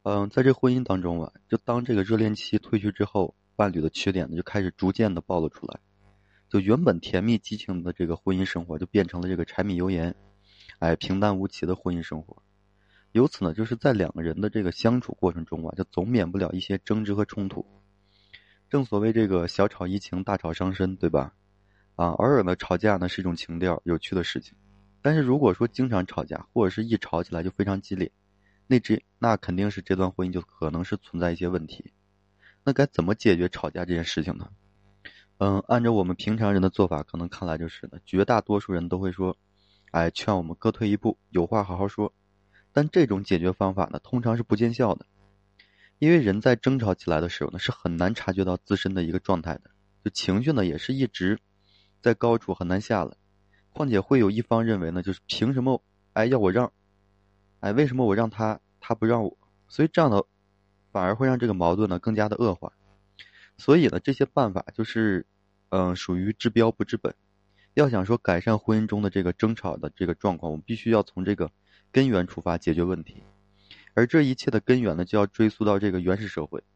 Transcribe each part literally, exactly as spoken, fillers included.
嗯，在这婚姻当中吧，就当这个热恋期褪去之后，伴侣的缺点呢就开始逐渐的暴露出来，就原本甜蜜激情的这个婚姻生活，就变成了这个柴米油盐，哎，平淡无奇的婚姻生活。由此呢，就是在两个人的这个相处过程中啊，就总免不了一些争执和冲突。正所谓这个小吵怡情，大吵伤身，对吧？啊，偶尔呢吵架呢是一种情调，有趣的事情。但是如果说经常吵架，或者是一吵起来就非常激烈，那这那肯定是这段婚姻就可能是存在一些问题。那该怎么解决吵架这件事情呢？嗯，按照我们平常人的做法，可能看来就是的，绝大多数人都会说，哎，劝我们各退一步，有话好好说。但这种解决方法呢，通常是不见效的，因为人在争吵起来的时候呢，是很难察觉到自身的一个状态的，就情绪呢也是一直在高处很难下来。况且会有一方认为呢，就是凭什么，哎，要我让，哎，为什么我让他，他不让我？所以这样的反而会让这个矛盾呢更加的恶化。所以呢，这些办法就是，嗯、呃，属于治标不治本。要想说改善婚姻中的这个争吵的这个状况，我们必须要从这个根源出发解决问题。而这一切的根源呢，就要追溯到这个原始社会，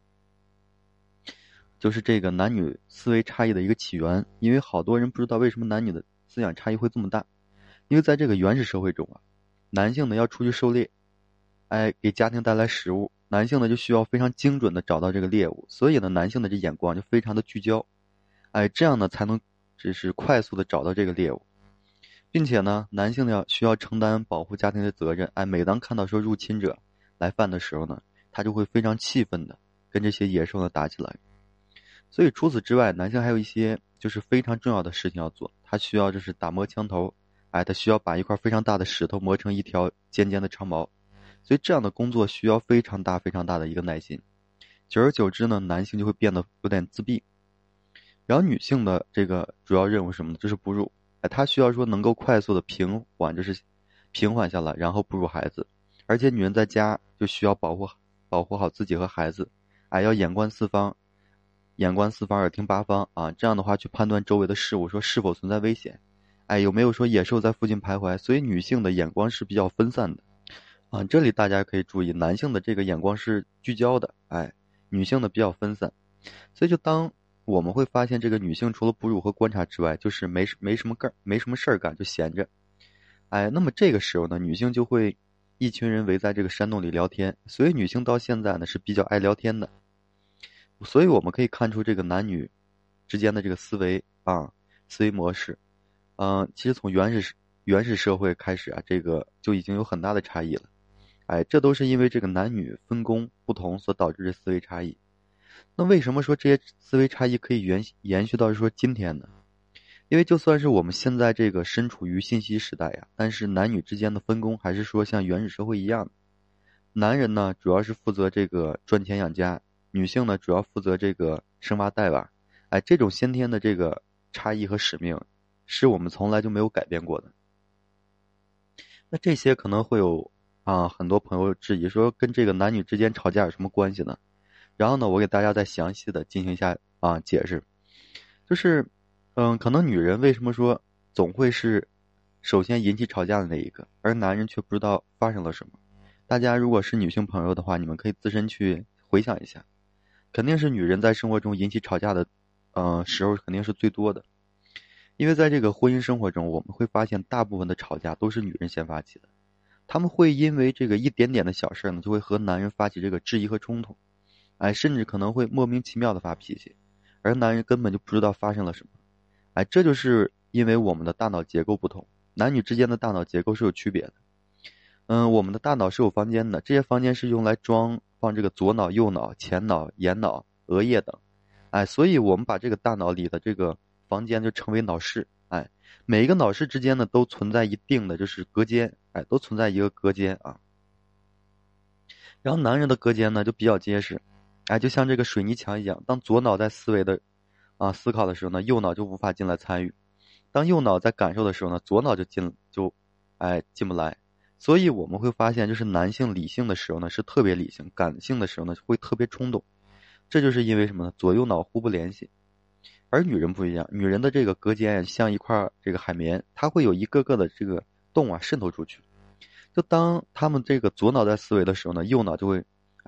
就是这个男女思维差异的一个起源。因为好多人不知道为什么男女的思想差异会这么大，因为在这个原始社会中啊，男性呢要出去狩猎，哎，给家庭带来食物，男性呢就需要非常精准的找到这个猎物，所以呢，男性的这眼光就非常的聚焦，哎，这样呢才能只是快速的找到这个猎物，并且呢，男性呢要需要承担保护家庭的责任，哎，每当看到说入侵者来犯的时候呢，他就会非常气愤的跟这些野兽呢打起来。所以除此之外，男性还有一些就是非常重要的事情要做，他需要就是打磨枪头，哎，他需要把一块非常大的石头磨成一条尖尖的长矛，所以这样的工作需要非常大非常大的一个耐心。久而久之呢，男性就会变得有点自闭。然后女性的这个主要任务是什么呢？就是哺乳，哎，她需要说能够快速的平缓，就是平缓下来，然后哺乳孩子。而且女人在家就需要保护保护好自己和孩子，哎，要眼观四方，眼观四方，耳听八方啊，这样的话去判断周围的事物，说是否存在危险，哎，有没有说野兽在附近徘徊。所以女性的眼光是比较分散的啊。这里大家可以注意，男性的这个眼光是聚焦的，哎，女性的比较分散。所以就当我们会发现，这个女性除了哺乳和观察之外，就是没没什么干，没什么事儿干，就闲着。哎，那么这个时候呢，女性就会一群人围在这个山洞里聊天。所以女性到现在呢是比较爱聊天的。所以我们可以看出这个男女之间的这个思维啊，思维模式，嗯、呃，其实从原始原始社会开始啊，这个就已经有很大的差异了。哎，这都是因为这个男女分工不同所导致的思维差异。那为什么说这些思维差异可以延延续到说今天呢？因为就算是我们现在这个身处于信息时代呀，但是男女之间的分工还是说像原始社会一样的。男人呢主要是负责这个赚钱养家，女性呢主要负责这个生娃带娃。哎，这种先天的这个差异和使命，是我们从来就没有改变过的。那这些可能会有啊很多朋友质疑说，跟这个男女之间吵架有什么关系呢？然后呢，我给大家再详细的进行一下啊解释，就是，嗯，可能女人为什么说总会是首先引起吵架的那一个，而男人却不知道发生了什么？大家如果是女性朋友的话，你们可以自身去回想一下，肯定是女人在生活中引起吵架的，呃，时候肯定是最多的。因为在这个婚姻生活中，我们会发现大部分的吵架都是女人先发起的，他们会因为这个一点点的小事呢，就会和男人发起这个质疑和冲突。哎，甚至可能会莫名其妙的发脾气，而男人根本就不知道发生了什么。哎，这就是因为我们的大脑结构不同，男女之间的大脑结构是有区别的。嗯，我们的大脑是有房间的，这些房间是用来装放这个左脑、右脑、前脑、眼脑、额叶等。哎，所以我们把这个大脑里的这个房间就称为脑室。哎，每一个脑室之间呢都存在一定的就是隔间，哎，都存在一个隔间啊。然后男人的隔间呢就比较结实，哎，就像这个水泥墙一样，当左脑在思维的啊思考的时候呢，右脑就无法进来参与；当右脑在感受的时候呢，左脑就进就哎进不来。所以我们会发现，就是男性理性的时候呢是特别理性，感性的时候呢会特别冲动。这就是因为什么呢？左右脑互不联系。而女人不一样，女人的这个隔间像一块这个海绵，它会有一个个的这个洞啊渗透出去。就当他们这个左脑在思维的时候呢，右脑就会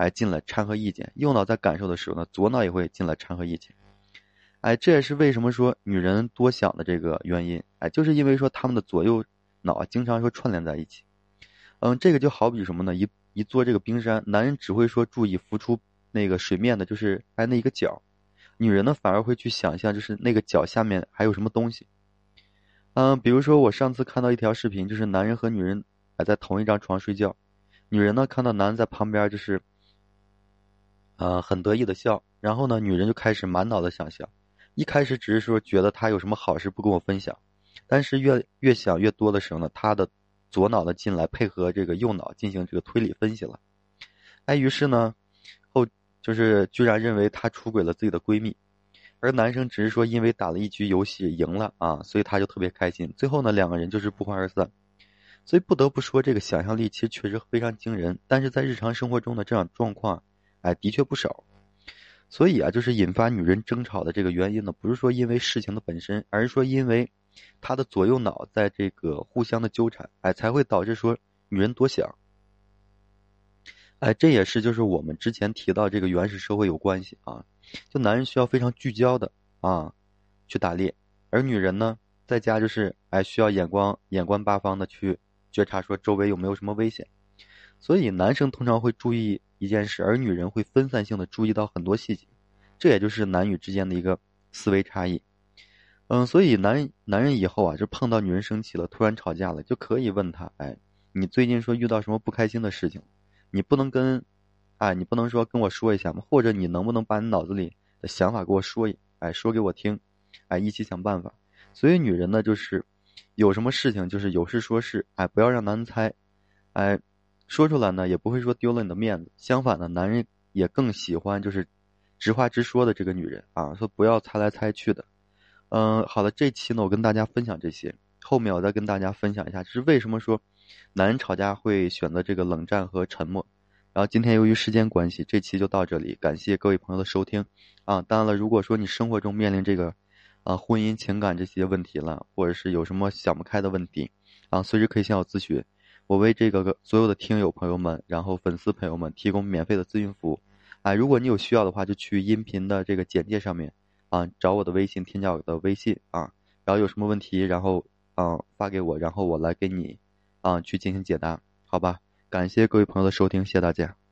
哎进来掺和意见，右脑在感受的时候呢，左脑也会进来掺和意见。哎，这也是为什么说女人多想的这个原因。哎，就是因为说他们的左右脑啊经常说串联在一起。嗯，这个就好比什么呢？一一座这个冰山，男人只会说注意浮出那个水面的，就是哎那一个角，女人呢反而会去想象，就是那个角下面还有什么东西。嗯，比如说我上次看到一条视频，就是男人和女人还在同一张床睡觉，女人呢看到男人在旁边就是呃很得意的笑，然后呢女人就开始满脑的想象，一开始只是说觉得他有什么好事不跟我分享，但是越越想越多的时候呢，他的左脑的进来配合这个右脑进行这个推理分析了。哎，于是呢后就是居然认为她出轨了自己的闺蜜，而男生只是说因为打了一局游戏赢了啊，所以他就特别开心。最后呢，两个人就是不欢而散。所以不得不说，这个想象力其实确实非常惊人。但是在日常生活中的这样状况，哎，的确不少。所以啊，就是引发女人争吵的这个原因呢，不是说因为事情的本身，而是说因为她的左右脑在这个互相的纠缠，哎，才会导致说女人多想。哎，这也是就是我们之前提到这个原始社会有关系啊。就男人需要非常聚焦的啊去打猎，而女人呢在家就是哎需要眼光眼观八方的去觉察说周围有没有什么危险。所以男生通常会注意一件事，而女人会分散性的注意到很多细节，这也就是男女之间的一个思维差异。嗯，所以男男人以后啊，就碰到女人生气了，突然吵架了，就可以问他，哎，你最近说遇到什么不开心的事情？你不能跟，哎，你不能说跟我说一下吗？或者你能不能把你脑子里的想法给我说一，哎，说给我听，哎，一起想办法。所以女人呢，就是有什么事情就是有事说事，哎，不要让男人猜，哎，说出来呢也不会说丢了你的面子。相反呢，男人也更喜欢就是直话直说的这个女人啊，说不要猜来猜去的。嗯，好的，这期呢，我跟大家分享这些，后面我再跟大家分享一下，就是为什么说男人吵架会选择这个冷战和沉默。然后今天由于时间关系，这期就到这里，感谢各位朋友的收听啊。当然了，如果说你生活中面临这个啊婚姻情感这些问题了，或者是有什么想不开的问题啊，随时可以向我咨询，我为这个所有的听友朋友们，然后粉丝朋友们提供免费的咨询服务。啊，如果你有需要的话，就去音频的这个简介上面。啊，找我的微信，添加我的微信啊，然后有什么问题，然后啊发给我，然后我来给你啊去进行解答，好吧？感谢各位朋友的收听，谢谢大家。